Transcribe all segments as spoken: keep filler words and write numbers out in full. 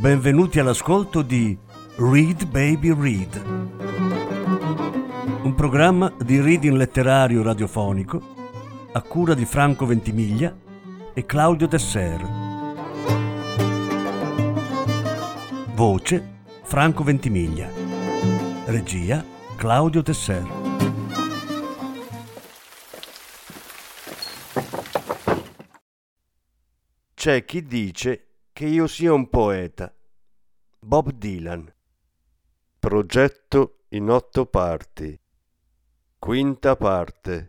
Benvenuti all'ascolto di Read Baby Read, un programma di reading letterario radiofonico a cura di Franco Ventimiglia e Claudio Tesser. Voce Franco Ventimiglia. Regia Claudio Tesser. C'è chi dice che io sia un poeta. Bob Dylan. Progetto in otto parti. Quinta parte.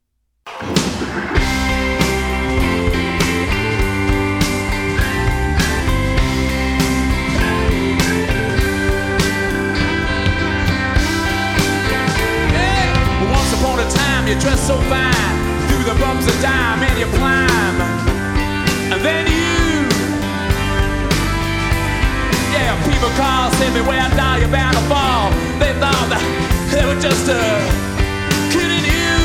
Once upon a time you dressed so fine, through the bumps of dime and you climb, and then you, yeah, people call, say beware, down you're bound to fall. They thought that they were just uh, kidding you.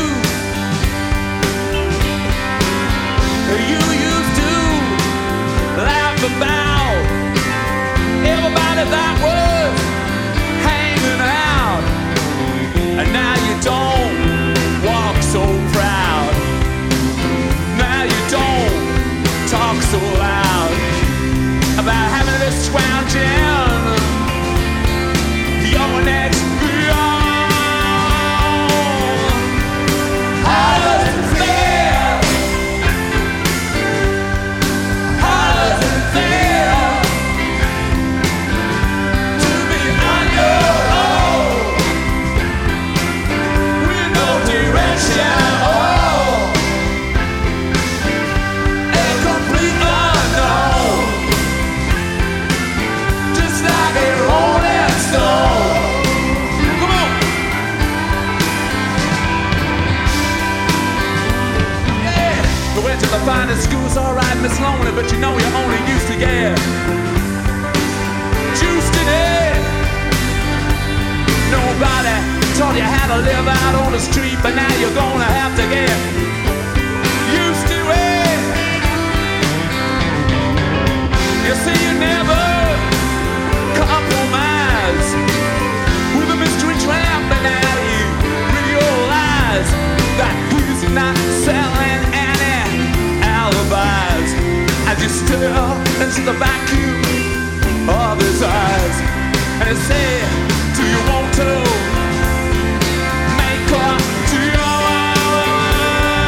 You used to laugh about everybody that was hanging out, and now you don't walk so proud. Now you don't talk so loud about having this scrounging your next beyond. How does it feel? How does it feel to be on your own with no direction? Oh, a complete unknown, just like a rolling stone. Come on. Yeah. We went to the finest schools, alright, Miss Lonely, but you know you only used to get juiced in it. Nobody taught you how to live out on the street, but now you're gonna have to get used to it. You see, you never compromise with a mystery trampling at you with your lies that he's not selling any alibis as you stare into the vacuum of his eyes and he say, do you want to make up to your mind?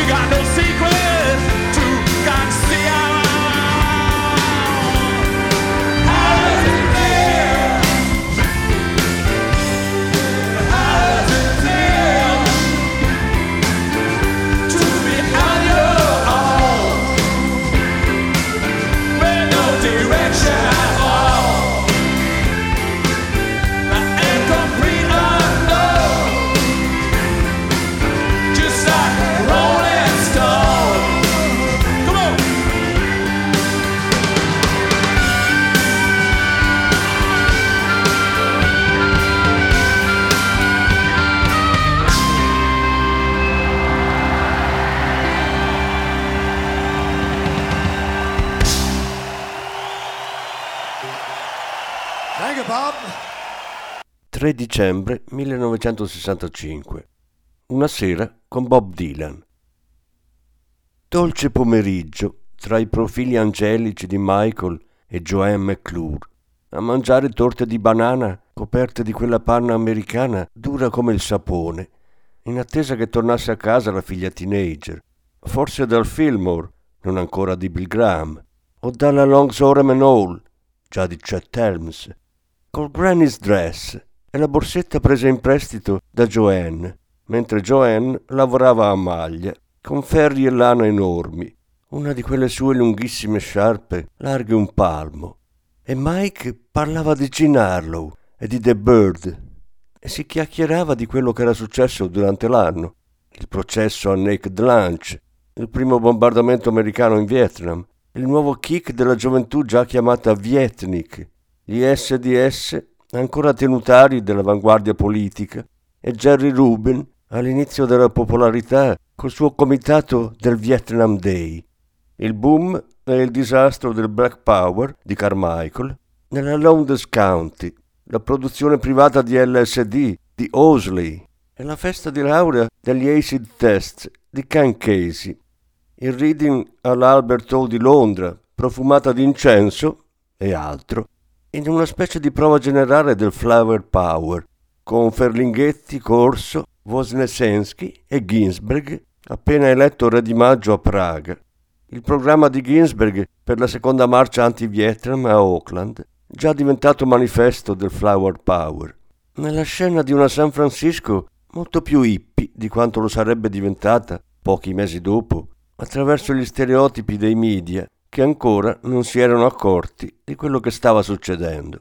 got no secret to conceal. How does it feel? How does it feel to be on your own with no direction at all? An incomplete unknown, just like Rolling Stone. Come on. Thank you, Bob. tre dicembre millenovecentosessantacinque. Una sera con Bob Dylan. Dolce pomeriggio tra i profili angelici di Michael e Joanne McClure, a mangiare torte di banana coperte di quella panna americana dura come il sapone, in attesa che tornasse a casa la figlia teenager, forse dal Fillmore, non ancora di Bill Graham, o dalla Longshoreman Hall, già di Chet Helms, col Granny's Dress e la borsetta presa in prestito da Joanne, mentre Joanne lavorava a maglia, con ferri e lana enormi, una di quelle sue lunghissime sciarpe larghe un palmo. E Mike parlava di Jean Harlow e di The Bird, e si chiacchierava di quello che era successo durante l'anno, il processo a Naked Lunch, il primo bombardamento americano in Vietnam, il nuovo kick della gioventù già chiamata Vietnik, gli S D S ancora tenutari dell'avanguardia politica e Jerry Rubin all'inizio della popolarità col suo comitato del Vietnam Day, il boom e il disastro del Black Power di Carmichael nella Lowndes County, la produzione privata di L S D di Owsley e la festa di laurea degli acid test di Ken Casey, il reading all'Albert Hall di Londra profumata di incenso e altro, in una specie di prova generale del Flower Power, con Ferlinghetti, Corso, Wozniacki e Ginsberg, appena eletto re di maggio a Praga. Il programma di Ginsberg per la seconda marcia anti-Vietnam a Oakland, già diventato manifesto del Flower Power, nella scena di una San Francisco molto più hippie di quanto lo sarebbe diventata pochi mesi dopo, attraverso gli stereotipi dei media che ancora non si erano accorti di quello che stava succedendo.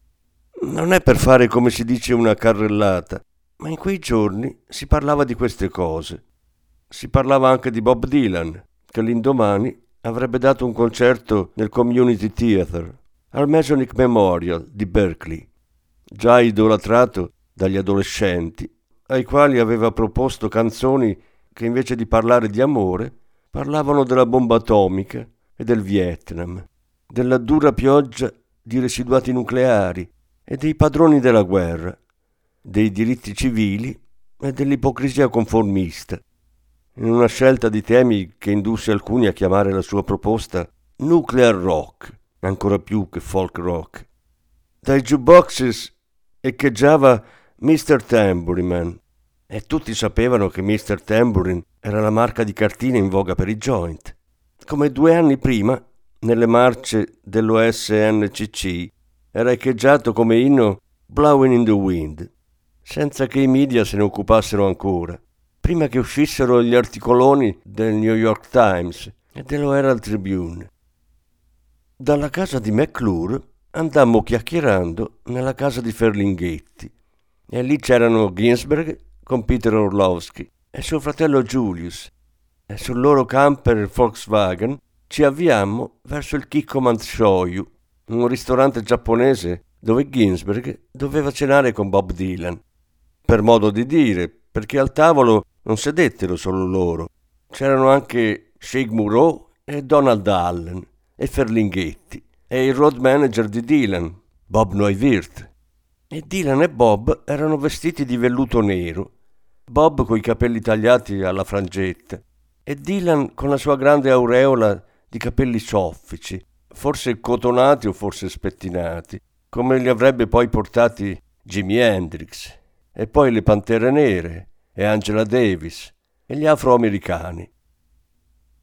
Non è per fare, come si dice, una carrellata, ma in quei giorni si parlava di queste cose. Si parlava anche di Bob Dylan, che l'indomani avrebbe dato un concerto nel Community Theatre, al Masonic Memorial di Berkeley, già idolatrato dagli adolescenti, ai quali aveva proposto canzoni che invece di parlare di amore, parlavano della bomba atomica e del Vietnam, della dura pioggia di residuati nucleari e dei padroni della guerra, dei diritti civili e dell'ipocrisia conformista, in una scelta di temi che indusse alcuni a chiamare la sua proposta nuclear rock, ancora più che folk rock. Dai jukeboxes echeggiava mister Tambourine Man, e tutti sapevano che mister Tambourine era la marca di cartine in voga per i joint. Come due anni prima, nelle marce dell'O S N C C, era echeggiato come inno Blowing in the Wind, senza che i media se ne occupassero ancora, prima che uscissero gli articoloni del New York Times e dello Herald Tribune. Dalla casa di McClure andammo chiacchierando nella casa di Ferlinghetti, e lì c'erano Ginsberg con Peter Orlovsky e suo fratello Julius, e sul loro camper Volkswagen ci avviammo verso il Kikkoman Shoyu, un ristorante giapponese dove Ginsberg doveva cenare con Bob Dylan. Per modo di dire, perché al tavolo non sedettero solo loro, c'erano anche Sheikh Moreau e Donald Allen e Ferlinghetti e il road manager di Dylan, Bob Neuwirth. E Dylan e Bob erano vestiti di velluto nero, Bob coi capelli tagliati alla frangetta e Dylan con la sua grande aureola di capelli soffici, forse cotonati o forse spettinati, come li avrebbe poi portati Jimi Hendrix, e poi le Pantere Nere e Angela Davis e gli afroamericani.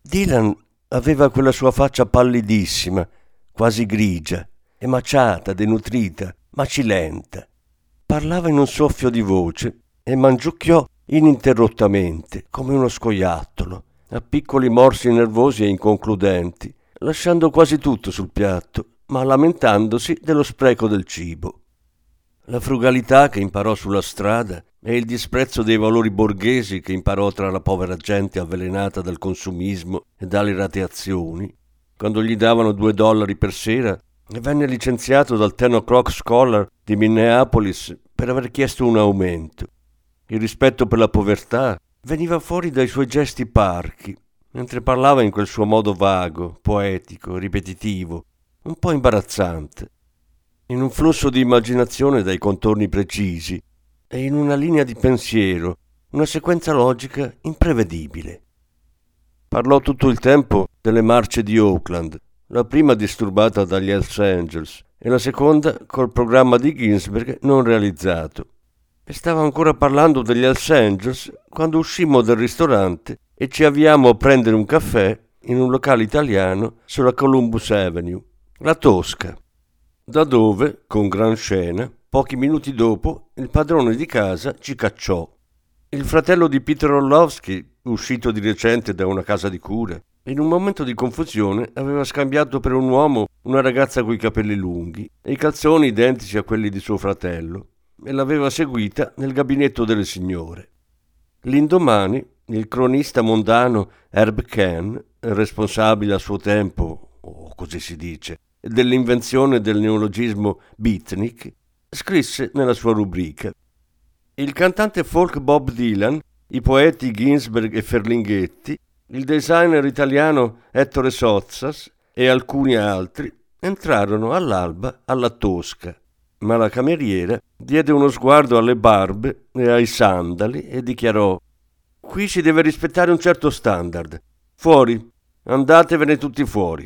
Dylan aveva quella sua faccia pallidissima, quasi grigia, emaciata, denutrita, macilenta. Parlava in un soffio di voce e mangiucchiò ininterrottamente, come uno scoiattolo, a piccoli morsi nervosi e inconcludenti, lasciando quasi tutto sul piatto, ma lamentandosi dello spreco del cibo. La frugalità che imparò sulla strada e il disprezzo dei valori borghesi che imparò tra la povera gente avvelenata dal consumismo e dalle rateazioni, quando gli davano due dollari per sera e venne licenziato dal Ten O'Clock Scholar di Minneapolis per aver chiesto un aumento. Il rispetto per la povertà veniva fuori dai suoi gesti parchi, mentre parlava in quel suo modo vago, poetico, ripetitivo, un po' imbarazzante, in un flusso di immaginazione dai contorni precisi e in una linea di pensiero, una sequenza logica imprevedibile. Parlò tutto il tempo delle marce di Oakland, la prima disturbata dagli Hells Angels e la seconda col programma di Ginsberg non realizzato. E stava ancora parlando degli Hells Angels quando uscimmo dal ristorante e ci avviammo a prendere un caffè in un locale italiano sulla Columbus Avenue, la Tosca, da dove, con gran scena, pochi minuti dopo, il padrone di casa ci cacciò. Il fratello di Peter Orlovsky, uscito di recente da una casa di cura, in un momento di confusione aveva scambiato per un uomo una ragazza coi capelli lunghi e i calzoni identici a quelli di suo fratello e l'aveva seguita nel gabinetto delle signore. L'indomani, il cronista mondano Herb Kahn, responsabile a suo tempo, o così si dice, dell'invenzione del neologismo beatnik, scrisse nella sua rubrica: il cantante folk Bob Dylan, i poeti Ginsberg e Ferlinghetti, il designer italiano Ettore Sozzas e alcuni altri entrarono all'alba alla Tosca, ma la cameriera diede uno sguardo alle barbe e ai sandali e dichiarò: qui si deve rispettare un certo standard. Fuori, andatevene tutti fuori.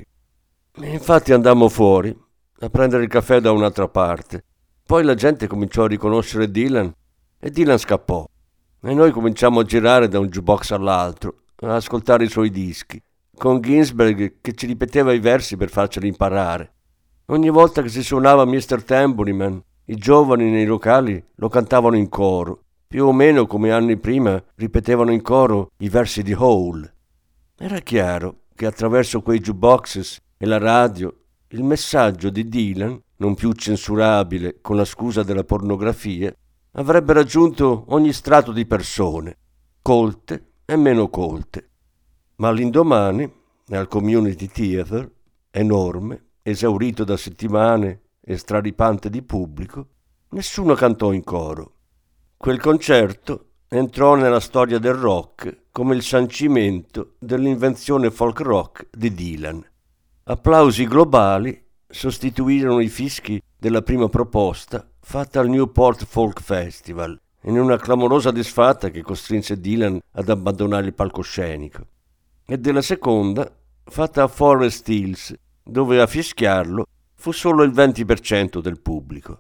E infatti andammo fuori a prendere il caffè da un'altra parte. Poi la gente cominciò a riconoscere Dylan e Dylan scappò. E noi cominciammo a girare da un jukebox all'altro, a ascoltare i suoi dischi, con Ginsberg che ci ripeteva i versi per farceli imparare. Ogni volta che si suonava mister Tambourine, i giovani nei locali lo cantavano in coro, più o meno come anni prima ripetevano in coro i versi di Hole. Era chiaro che attraverso quei jukeboxes e la radio il messaggio di Dylan, non più censurabile con la scusa della pornografia, avrebbe raggiunto ogni strato di persone, colte e meno colte. Ma l'indomani, al Community Theatre, enorme, esaurito da settimane e straripante di pubblico, nessuno cantò in coro. Quel concerto entrò nella storia del rock come il sancimento dell'invenzione folk rock di Dylan. Applausi globali sostituirono i fischi della prima proposta fatta al Newport Folk Festival, in una clamorosa disfatta che costrinse Dylan ad abbandonare il palcoscenico, e della seconda fatta a Forest Hills, dove a fischiarlo fu solo il venti per cento del pubblico.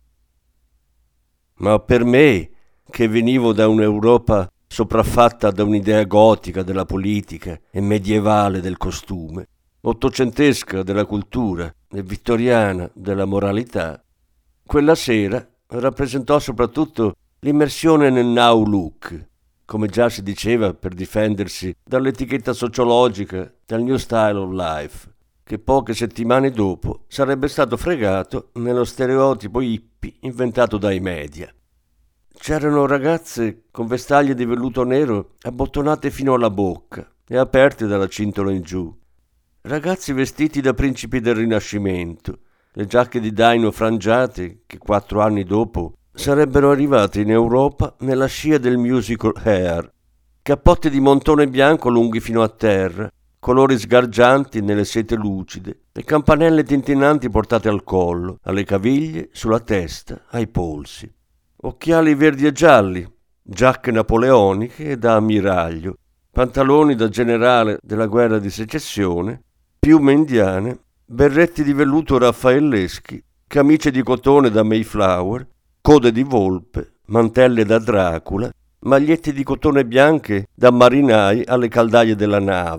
Ma per me, che venivo da un'Europa sopraffatta da un'idea gotica della politica e medievale del costume, ottocentesca della cultura e vittoriana della moralità, quella sera rappresentò soprattutto l'immersione nel now look, come già si diceva per difendersi dall'etichetta sociologica del New Style of Life, che poche settimane dopo sarebbe stato fregato nello stereotipo hippie inventato dai media. C'erano ragazze con vestaglie di velluto nero abbottonate fino alla bocca e aperte dalla cintola in giù, ragazzi vestiti da principi del Rinascimento, le giacche di daino frangiate che quattro anni dopo sarebbero arrivate in Europa nella scia del musical Hair, cappotti di montone bianco lunghi fino a terra, colori sgargianti nelle sete lucide e campanelle tintinanti portate al collo, alle caviglie, sulla testa, ai polsi. Occhiali verdi e gialli, giacche napoleoniche e da ammiraglio, pantaloni da generale della guerra di secessione, piume indiane, berretti di velluto raffaelleschi, camicie di cotone da Mayflower, code di volpe, mantelle da Dracula, magliette di cotone bianche da marinai alle caldaie della nave,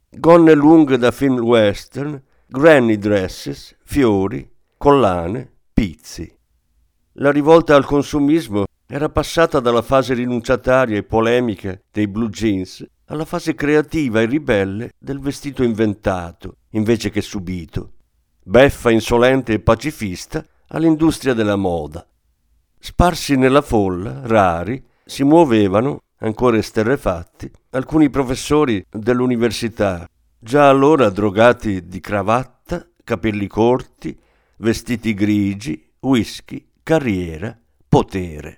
gonne lunghe da film western, granny dresses, fiori, collane, pizzi. La rivolta al consumismo era passata dalla fase rinunciataria e polemica dei blue jeans alla fase creativa e ribelle del vestito inventato, invece che subito, beffa, insolente e pacifista all'industria della moda. Sparsi nella folla, rari, si muovevano, ancora esterrefatti, alcuni professori dell'università, già allora drogati di cravatta, capelli corti, vestiti grigi, whisky, carriera, potere.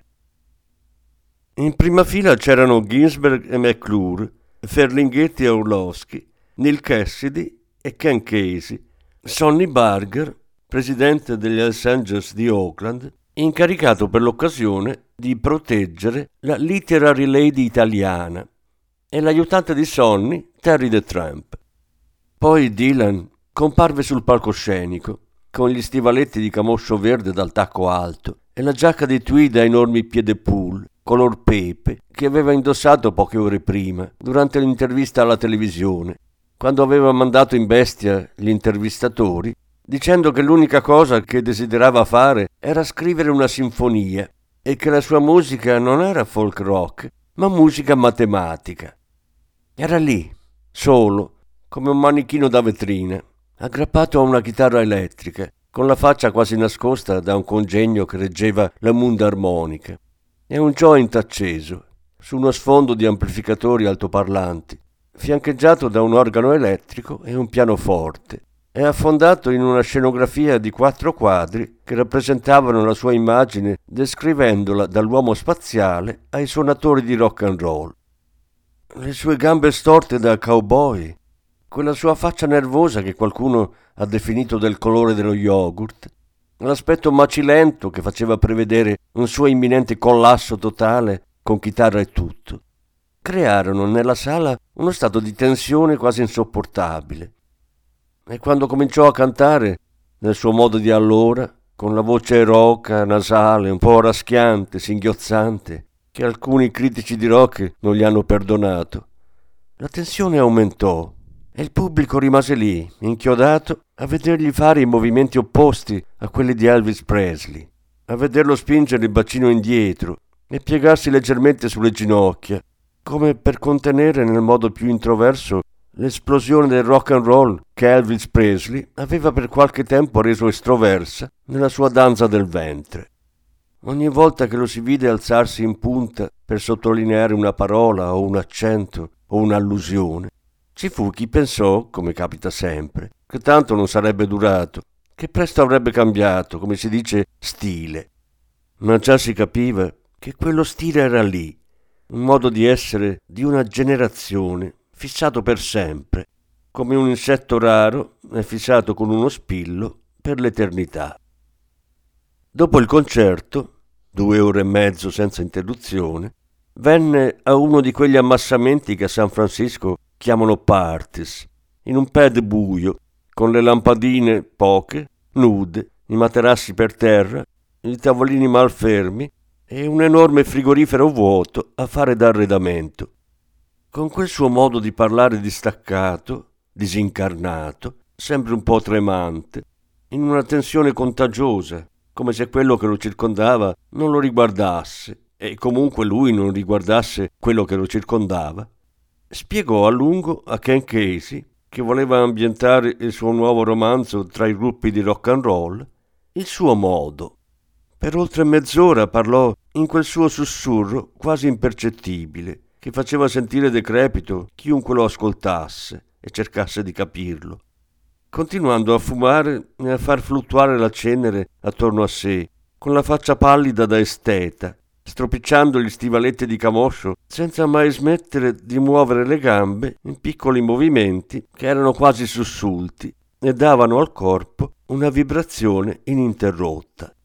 In prima fila c'erano Ginsberg e McClure, Ferlinghetti e Orlowski, Neil Cassidy e Ken Casey, Sonny Barger, presidente degli Hells Angels di Oakland, incaricato per l'occasione di proteggere la literary lady italiana, e l'aiutante di Sonny, Terry the Tramp. Poi Dylan comparve sul palcoscenico con gli stivaletti di camoscio verde dal tacco alto e la giacca di tweed a enormi piedipool color pepe che aveva indossato poche ore prima durante l'intervista alla televisione, quando aveva mandato in bestia gli intervistatori dicendo che l'unica cosa che desiderava fare era scrivere una sinfonia e che la sua musica non era folk rock, ma musica matematica. Era lì, solo, come un manichino da vetrina, aggrappato a una chitarra elettrica, con la faccia quasi nascosta da un congegno che reggeva la mundarmonica, e un joint acceso, su uno sfondo di amplificatori altoparlanti, fiancheggiato da un organo elettrico e un pianoforte, e affondato in una scenografia di quattro quadri che rappresentavano la sua immagine descrivendola dall'uomo spaziale ai suonatori di rock and roll. Le sue gambe storte da cowboy, quella sua faccia nervosa che qualcuno ha definito del colore dello yogurt, l'aspetto macilento che faceva prevedere un suo imminente collasso totale con chitarra e tutto, crearono nella sala uno stato di tensione quasi insopportabile. E quando cominciò a cantare, nel suo modo di allora, con la voce roca, nasale, un po' raschiante, singhiozzante, che alcuni critici di rock non gli hanno perdonato, la tensione aumentò e il pubblico rimase lì, inchiodato, a vedergli fare i movimenti opposti a quelli di Elvis Presley, a vederlo spingere il bacino indietro e piegarsi leggermente sulle ginocchia, come per contenere nel modo più introverso l'esplosione del rock and roll che Elvis Presley aveva per qualche tempo reso estroversa nella sua danza del ventre. Ogni volta che lo si vide alzarsi in punta per sottolineare una parola o un accento o un'allusione, ci fu chi pensò, come capita sempre, che tanto non sarebbe durato, che presto avrebbe cambiato, come si dice, stile. Ma già si capiva che quello stile era lì, un modo di essere di una generazione fissato per sempre, come un insetto raro è fissato con uno spillo per l'eternità. Dopo il concerto, due ore e mezzo senza interruzione, venne a uno di quegli ammassamenti che a San Francisco chiamano parties, in un pad buio, con le lampadine poche, nude, i materassi per terra, i tavolini malfermi e un enorme frigorifero vuoto a fare d'arredamento. Con quel suo modo di parlare distaccato, disincarnato, sempre un po' tremante, in una tensione contagiosa, come se quello che lo circondava non lo riguardasse e comunque lui non riguardasse quello che lo circondava, spiegò a lungo a Ken Casey, che voleva ambientare il suo nuovo romanzo tra i gruppi di rock and roll, il suo modo. Per oltre mezz'ora parlò in quel suo sussurro quasi impercettibile, che faceva sentire decrepito chiunque lo ascoltasse e cercasse di capirlo, continuando a fumare e a far fluttuare la cenere attorno a sé, con la faccia pallida da esteta, stropicciando gli stivaletti di camoscio senza mai smettere di muovere le gambe in piccoli movimenti che erano quasi sussulti e davano al corpo una vibrazione ininterrotta.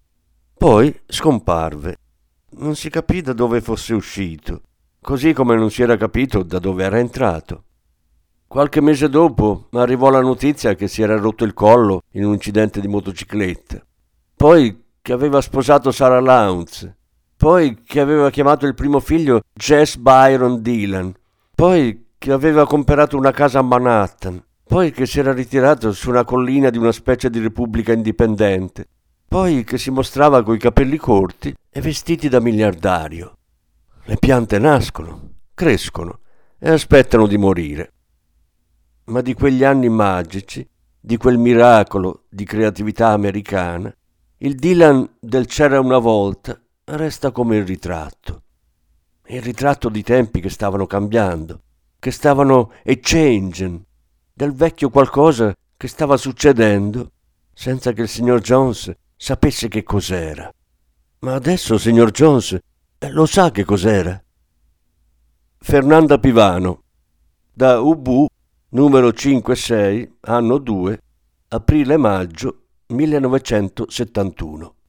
Poi scomparve. Non si capì da dove fosse uscito, così come non si era capito da dove era entrato. Qualche mese dopo arrivò la notizia che si era rotto il collo in un incidente di motocicletta, poi che aveva sposato Sarah Lowndes, poi che aveva chiamato il primo figlio Jess Byron Dylan, poi che aveva comprato una casa a Manhattan, poi che si era ritirato su una collina di una specie di repubblica indipendente, poi che si mostrava coi capelli corti e vestiti da miliardario. Le piante nascono, crescono e aspettano di morire. Ma di quegli anni magici, di quel miracolo di creatività americana, il Dylan del C'era una volta resta come il ritratto. Il ritratto di tempi che stavano cambiando, che stavano e-changing, del vecchio qualcosa che stava succedendo senza che il signor Jones sapesse che cos'era. Ma adesso, signor Jones, lo sa che cos'era? Fernanda Pivano, da U B U, numero cinque sei, anno due, aprile-maggio millenovecentosettantuno.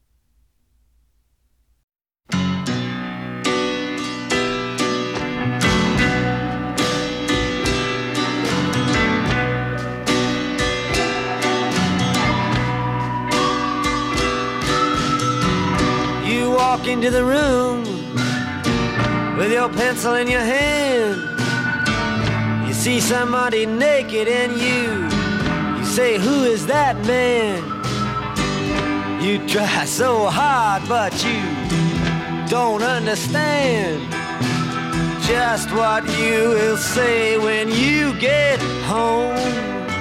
You walk into the room with your pencil in your hand. You see somebody naked and you You say, who is that man? You try so hard but you don't understand just what you will say when you get home,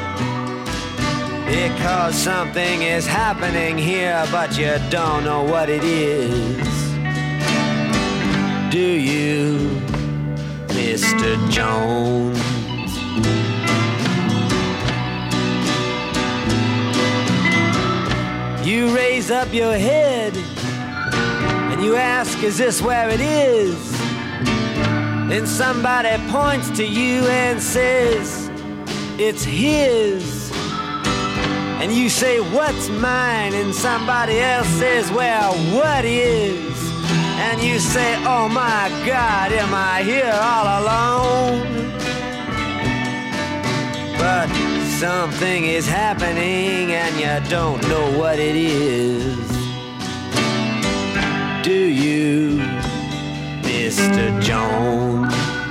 because something is happening here but you don't know what it is. Do you, Mister Jones? You raise up your head and you ask, is this where it is? Then somebody points to you and says, it's his. And you say, what's mine? And somebody else says, well, what is? And you say, oh my God, am I here all alone? But something is happening and you don't know what it is. Do you, Mister Jones?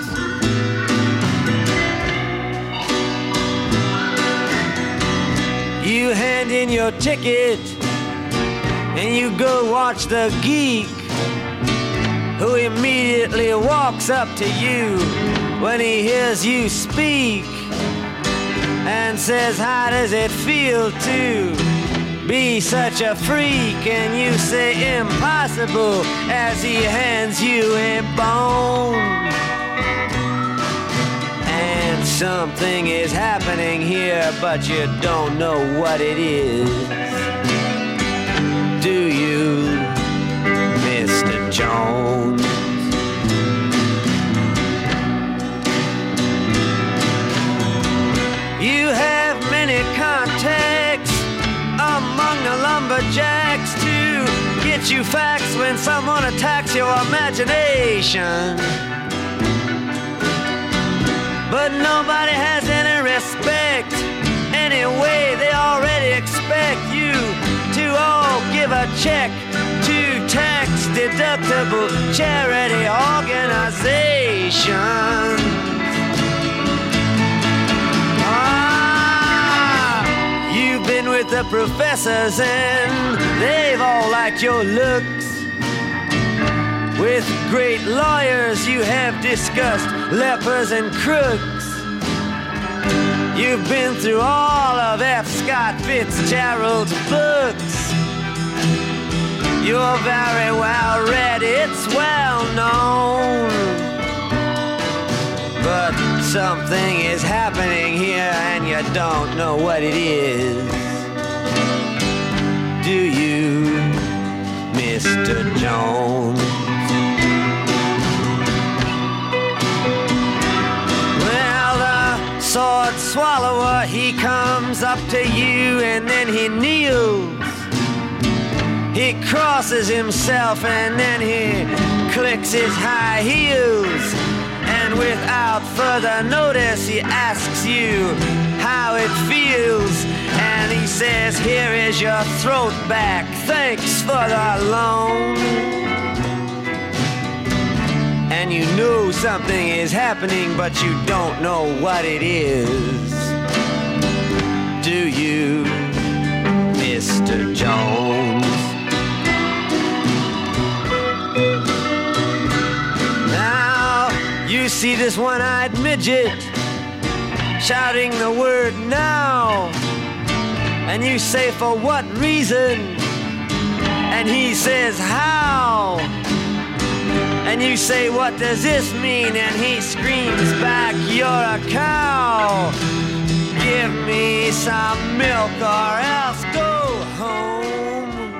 You hand in your ticket and you go watch the geek, who immediately walks up to you when he hears you speak and says, how does it feel to be such a freak? And you say, impossible, as he hands you a bone. And something is happening here, but you don't know what it is. Do you, Mister Jones? You have many contacts among the lumberjacks to get you facts when someone attacks your imagination. But nobody has any respect. Anyway, they already expect you to all give a check to tax-deductible charity organizations. Been with the professors and they've all liked your looks. With great lawyers you have discussed lepers and crooks. You've been through all of F. Scott Fitzgerald's books. You're very well read, it's well known. But something is happening here and you don't know what it is. Do you, Mister Jones? Well, the sword swallower, he comes up to you and then he kneels. He crosses himself and then he clicks his high heels. And without further notice, he asks you how it feels. And he says, here is your throat back, thanks for the loan. And and you know something is happening, but you don't know what it is. Do you, Mister Jones? Now you see this one-eyed midget shouting the word now, and you say, for what reason? And he says, how? And you say, what does this mean? And he screams back, you're a cow. Give me some milk or else go home.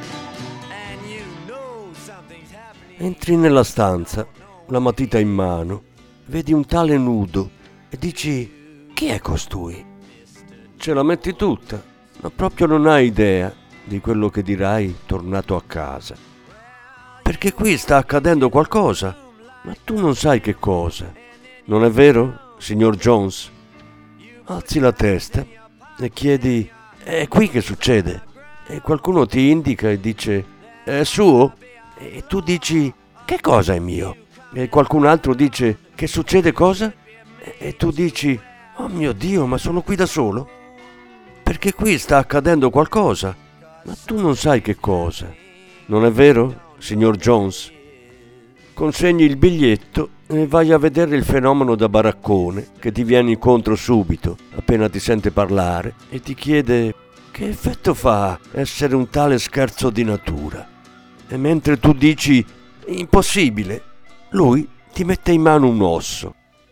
And you know something's happening. Entri nella stanza, la matita in mano, vedi un tale nudo e dici, chi è costui? Ce la metti tutta, ma proprio non hai idea di quello che dirai tornato a casa. Perché qui sta accadendo qualcosa, ma tu non sai che cosa. Non è vero, signor Jones? Alzi la testa e chiedi, è qui che succede? E qualcuno ti indica e dice, è suo? E tu dici, che cosa è mio? E qualcun altro dice, che succede cosa? E tu dici, oh mio Dio, ma sono qui da solo? Perché qui sta accadendo qualcosa, ma tu non sai che cosa. Non è vero, signor Jones? Consegni il biglietto e vai a vedere il fenomeno da baraccone che ti viene incontro subito, appena ti sente parlare, e ti chiede che effetto fa essere un tale scherzo di natura. E mentre tu dici impossibile, lui ti mette in mano un osso.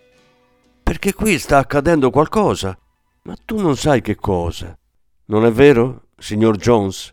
Perché qui sta accadendo qualcosa, ma tu non sai che cosa. Non è vero, signor Jones?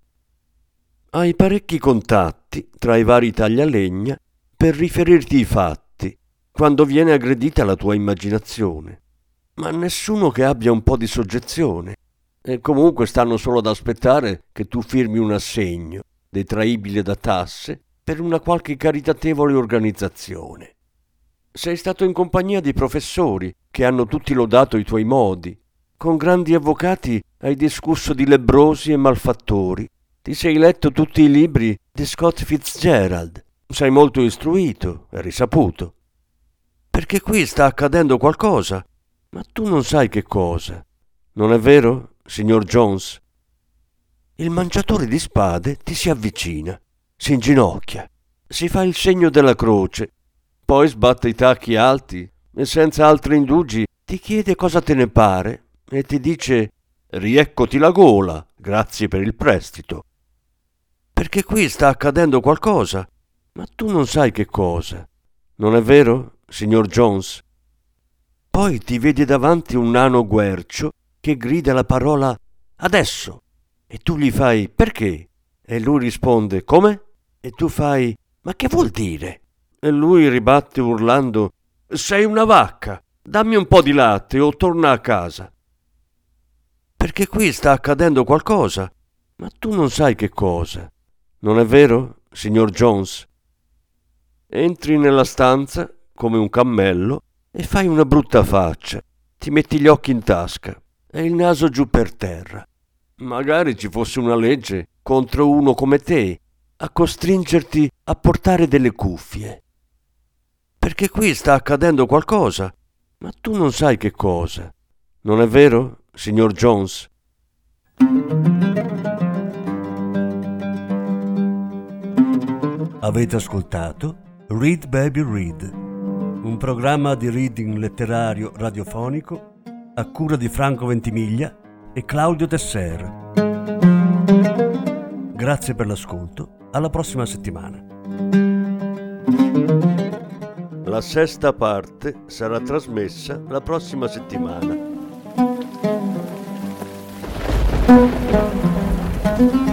Hai parecchi contatti tra i vari taglialegna per riferirti i fatti quando viene aggredita la tua immaginazione, ma nessuno che abbia un po' di soggezione, e comunque stanno solo ad aspettare che tu firmi un assegno detraibile da tasse per una qualche caritatevole organizzazione. Sei stato in compagnia di professori che hanno tutti lodato i tuoi modi, con grandi avvocati hai discusso di lebbrosi e malfattori, ti sei letto tutti i libri di Scott Fitzgerald, sei molto istruito e risaputo. Perché qui sta accadendo qualcosa, ma tu non sai che cosa. Non è vero, signor Jones? Il mangiatore di spade ti si avvicina, si inginocchia, si fa il segno della croce, poi sbatte i tacchi alti e senza altri indugi ti chiede cosa te ne pare e ti dice «Rieccoti la gola, grazie per il prestito». Perché qui sta accadendo qualcosa, ma tu non sai che cosa. Non è vero, signor Jones? Poi ti vedi davanti un nano guercio che grida la parola «Adesso!» e tu gli fai «Perché?» e lui risponde «Come?» e tu fai «Ma che vuol dire?» e lui ribatte urlando «Sei una vacca, dammi un po' di latte o torna a casa». Perché qui sta accadendo qualcosa, ma tu non sai che cosa. Non è vero, signor Jones? Entri nella stanza come un cammello e fai una brutta faccia, ti metti gli occhi in tasca e il naso giù per terra. Magari ci fosse una legge contro uno come te a costringerti a portare delle cuffie. Perché qui sta accadendo qualcosa, ma tu non sai che cosa. Non è vero, signor Jones? Avete ascoltato Read Baby Read, un programma di reading letterario radiofonico a cura di Franco Ventimiglia e Claudio Tesser. Grazie per l'ascolto, alla prossima settimana. La sesta parte sarà trasmessa la prossima settimana.